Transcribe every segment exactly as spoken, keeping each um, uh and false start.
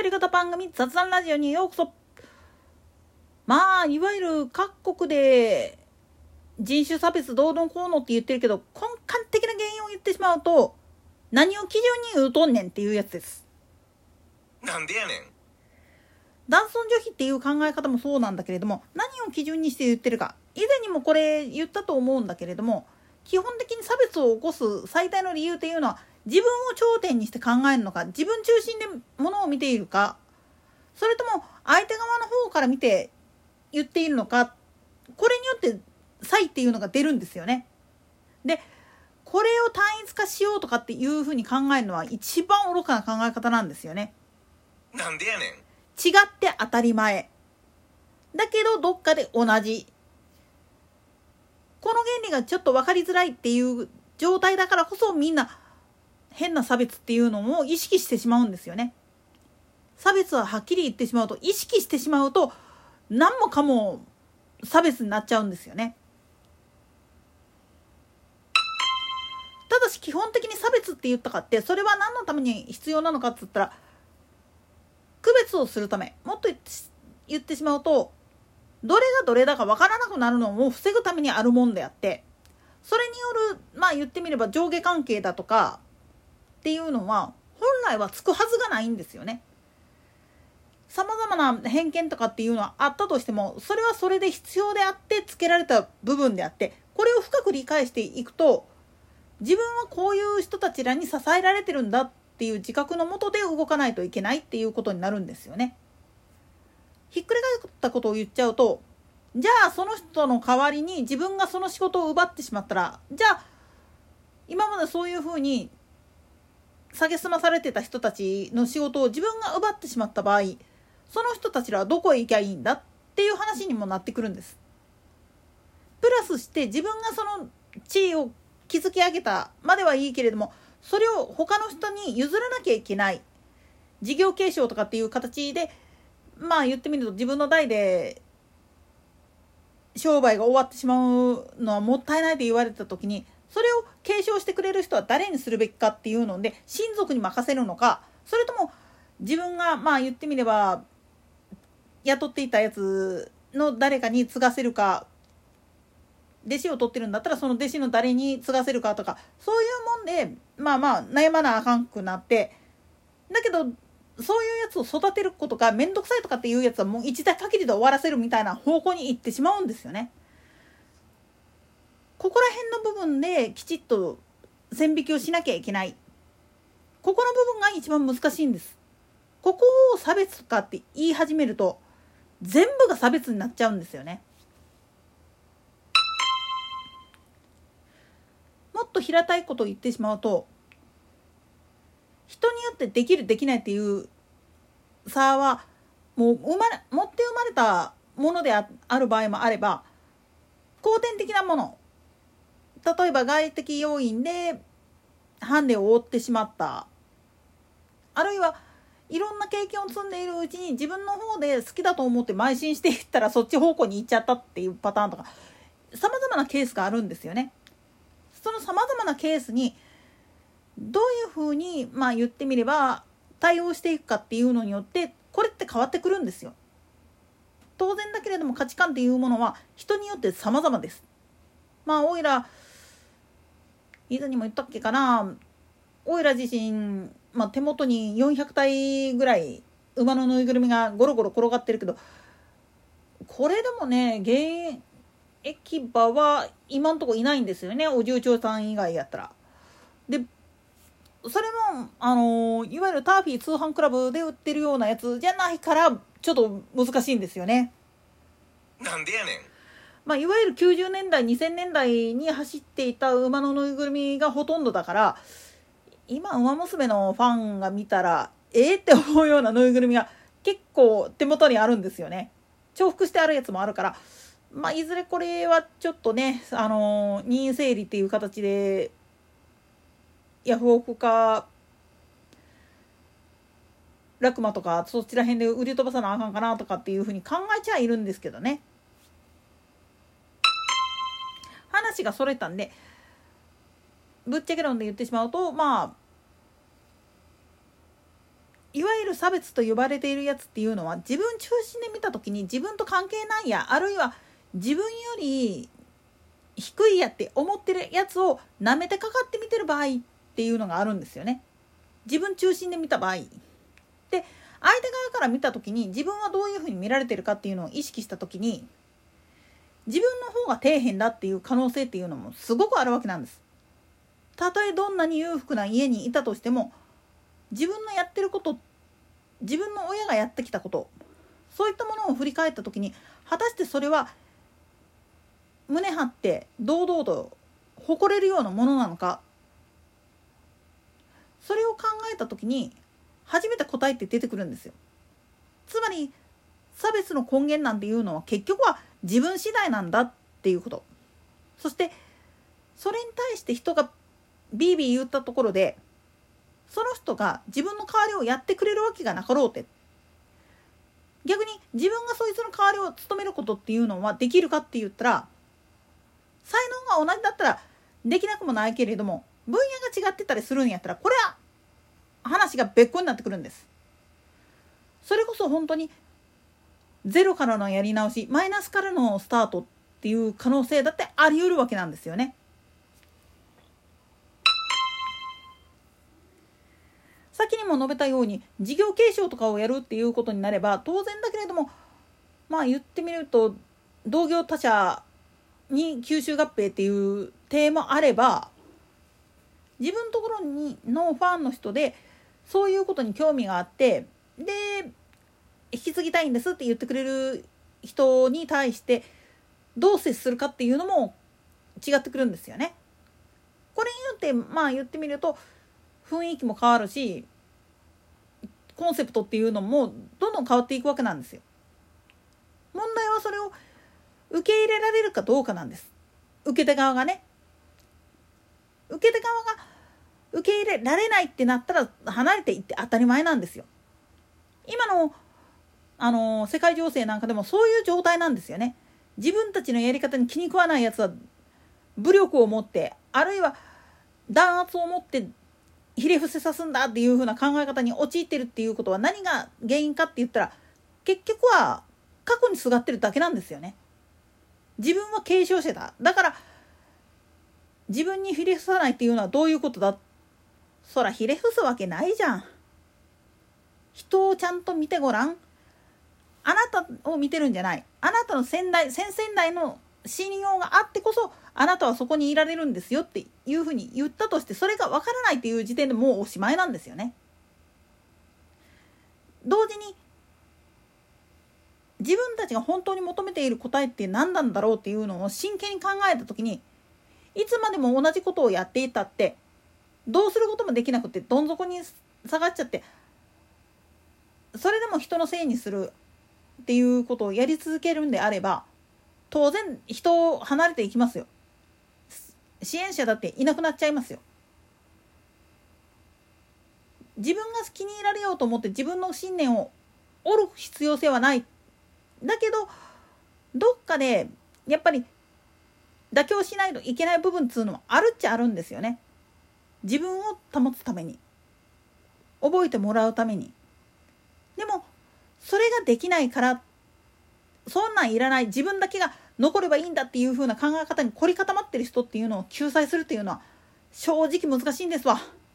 人型番組雑談ラジオにようこそ。まあいわゆる各国で人種差別どうのこうのって言ってるけど、根幹的な原因を言ってしまうと、何を基準に言うとんねんっていうやつです。 なんでやねん。 男尊女卑っていう考え方もそうなんだけれども、何を基準にして言ってるか、以前にもこれ言ったと思うんだけれども、基本的に差別を起こす最大の理由っていうのは、自分を頂点にして考えるのか、自分中心でものを見ているか、それとも相手側の方から見て言っているのか、これによって差異っていうのが出るんですよね。で、これを単一化しようとかっていうふうに考えるのは一番愚かな考え方なんですよね。 なんでやねん。 違って当たり前だけどどっかで同じ、この原理がちょっと分かりづらいっていう状態だからこそ、みんな変な差別っていうのを意識してしまうんですよね。差別ははっきり言ってしまうと、意識してしまうと何もかも差別になっちゃうんですよね。ただし基本的に差別って言ったかって、それは何のために必要なのかって言ったら、区別をするため、もっと言って言ってしまうと、どれがどれだか分からなくなるのを防ぐためにあるもんであって、それによるまあ言ってみれば上下関係だとかっていうのは本来はつくはずがないんですよね。さまざまな偏見とかっていうのはあったとしても、それはそれで必要であってつけられた部分であって、これを深く理解していくと、自分はこういう人たちらに支えられてるんだっていう自覚のもとで動かないといけないっていうことになるんですよね。ひっくり返ったことを言っちゃうと、じゃあその人の代わりに自分がその仕事を奪ってしまったら、じゃあ今までそういうふうに蔑まされてた人たちの仕事を自分が奪ってしまった場合、その人たちらはどこへ行きゃいいんだっていう話にもなってくるんです。プラスして自分がその地位を築き上げたまではいいけれども、それを他の人に譲らなきゃいけない、事業継承とかっていう形で、まあ言ってみると自分の代で商売が終わってしまうのはもったいないと言われた時に、それを継承してくれる人は誰にするべきかっていうので、親族に任せるのか、それとも自分がまあ言ってみれば雇っていたやつの誰かに継がせるか、弟子を取ってるんだったらその弟子の誰に継がせるかとか、そういうもんでまあまあ悩まなあかんくなって、だけどそういうやつを育てることがめんどくさいとかっていうやつはもう一代限りで終わらせるみたいな方向に行ってしまうんですよね。ここら辺の部分できちっと線引きをしなきゃいけない。ここの部分が一番難しいんです。ここを差別かって言い始めると全部が差別になっちゃうんですよね。もっと平たいことを言ってしまうと、人によってできるできないっていう差はもう生まれ持って生まれたもので あ, ある場合もあれば、後天的なもの、例えば外的要因でハンデを負ってしまった、あるいはいろんな経験を積んでいるうちに自分の方で好きだと思って邁進していったらそっち方向に行っちゃったっていうパターンとか、さまざまなケースがあるんですよね。そのさまざまなケースにどういうふうにまあ言ってみれば対応していくかっていうのによって、これって変わってくるんですよ。当然だけれども価値観っていうものは人によって様々です。まあおいら以前にも言ったっけかな、おいら自身、まあ、手元によんひゃくたいぐらい馬のぬいぐるみがゴロゴロ転がってるけど、これでもね現役馬は今んとこいないんですよね、お重長さん以外やったら。でそれもあのいわゆるターフィー通販クラブで売ってるようなやつじゃないからちょっと難しいんですよね。 なんでやねん。 まあ、いわゆるきゅうじゅうねんだいにせんねんだいに走っていた馬のぬいぐるみがほとんどだから、今馬娘のファンが見たらえーって思うようなぬいぐるみが結構手元にあるんですよね。重複してあるやつもあるから、まあ、いずれこれはちょっとね、あの任意整理っていう形でヤフオクかラクマとかそちら辺で売り飛ばさなあかんかなとかっていうふうに考えちゃいるんですけどね。話がそれたんでぶっちゃけ論で言ってしまうと、まあいわゆる差別と呼ばれているやつっていうのは、自分中心で見た時に自分と関係ないや、あるいは自分より低いやって思ってるやつを舐めてかかって見てる場合っていうのがあるんですよね。自分中心で見た場合で、相手側から見た時に自分はどういうふうに見られてるかっていうのを意識した時に、自分の方が底辺だっていう可能性っていうのもすごくあるわけなんです。たとえどんなに裕福な家にいたとしても、自分のやってること、自分の親がやってきたこと、そういったものを振り返った時に、果たしてそれは胸張って堂々と誇れるようなものなのか、それを考えた時に初めて答えって出てくるんですよ。つまり差別の根源なんていうのは結局は自分次第なんだっていうこと。そしてそれに対して人がビービー言ったところで、その人が自分の代わりをやってくれるわけがなかろうって、逆に自分がそいつの代わりを務めることっていうのはできるかって言ったら、才能が同じだったらできなくもないけれども、分野が違ってたりするんやったら、これは話が別個になってくるんです。それこそ本当にゼロからのやり直し、マイナスからのスタートっていう可能性だってあり得るわけなんですよね。先にも述べたように、事業継承とかをやるっていうことになれば当然だけれども、まあ言ってみると同業他社に吸収合併っていう体もあれば、自分のところにのファンの人でそういうことに興味があって、で引き継ぎたいんですって言ってくれる人に対してどう接するかっていうのも違ってくるんですよね。これによってまあ言ってみると雰囲気も変わるし、コンセプトっていうのもどんどん変わっていくわけなんですよ。問題はそれを受け入れられるかどうかなんです。受け手側がね。受け手側が受け入れられないってなったら離れていって当たり前なんですよ。今のあの世界情勢なんかでもそういう状態なんですよね。自分たちのやり方に気に食わないやつは武力を持って、あるいは弾圧を持ってひれ伏せさすんだっていう風な考え方に陥ってるっていうことは、何が原因かって言ったら、結局は過去にすがってるだけなんですよね。自分は継承者だ、だから自分にひれ伏さないっていうのはどういうことだ。そらひれ伏すわけないじゃん。人をちゃんと見てごらん。あなたを見てるんじゃない。あなたの先代先々代の信用があってこそあなたはそこにいられるんですよっていうふうに言ったとして、それがわからないっていう時点でもうおしまいなんですよね。同時に自分たちが本当に求めている答えって何なんだろうっていうのを真剣に考えたときに、いつまでも同じことをやっていたってどうすることもできなくてどん底に下がっちゃって、それでも人のせいにするっていうことをやり続けるんであれば、当然人を離れていきますよ。支援者だっていなくなっちゃいますよ。自分が気に入られようと思って自分の信念を折る必要性はない。だけどどっかでやっぱり妥協しないといけない部分っていうのもあるっちゃあるんですよね。自分を保つために、覚えてもらうために。でもそれができないから、そんなんいらない、自分だけが残ればいいんだっていう風な考え方に凝り固まってる人っていうのを救済するっていうのは正直難しいんですわ。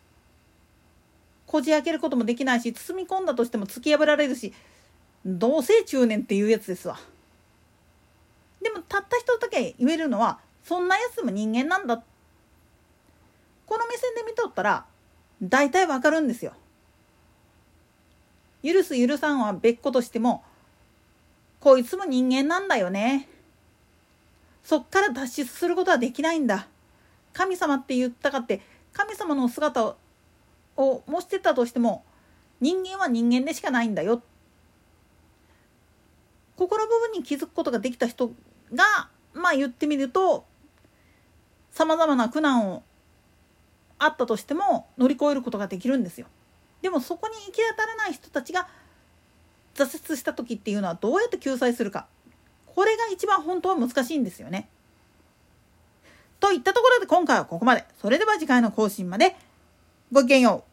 こじ開けることもできないし、包み込んだとしても突き破られるし、どうせ中年っていうやつですわ。でもたった一つだけ言えるのは、そんなやつも人間なんだ。この目線で見とったら大体わかるんですよ。許す許さんは別個としても、こいつも人間なんだよね。そっから脱出することはできないんだ。神様って言ったかって、神様の姿をを模してたとしても、人間は人間でしかないんだよ。心部分に気づくことができた人が、まあ言ってみると、さまざまな苦難をあったとしても乗り越えることができるんですよ。でもそこに行き当たらない人たちが挫折した時っていうのはどうやって救済するか、これが一番本当は難しいんですよね。といったところで今回はここまで。それでは次回の更新までごきげんよう。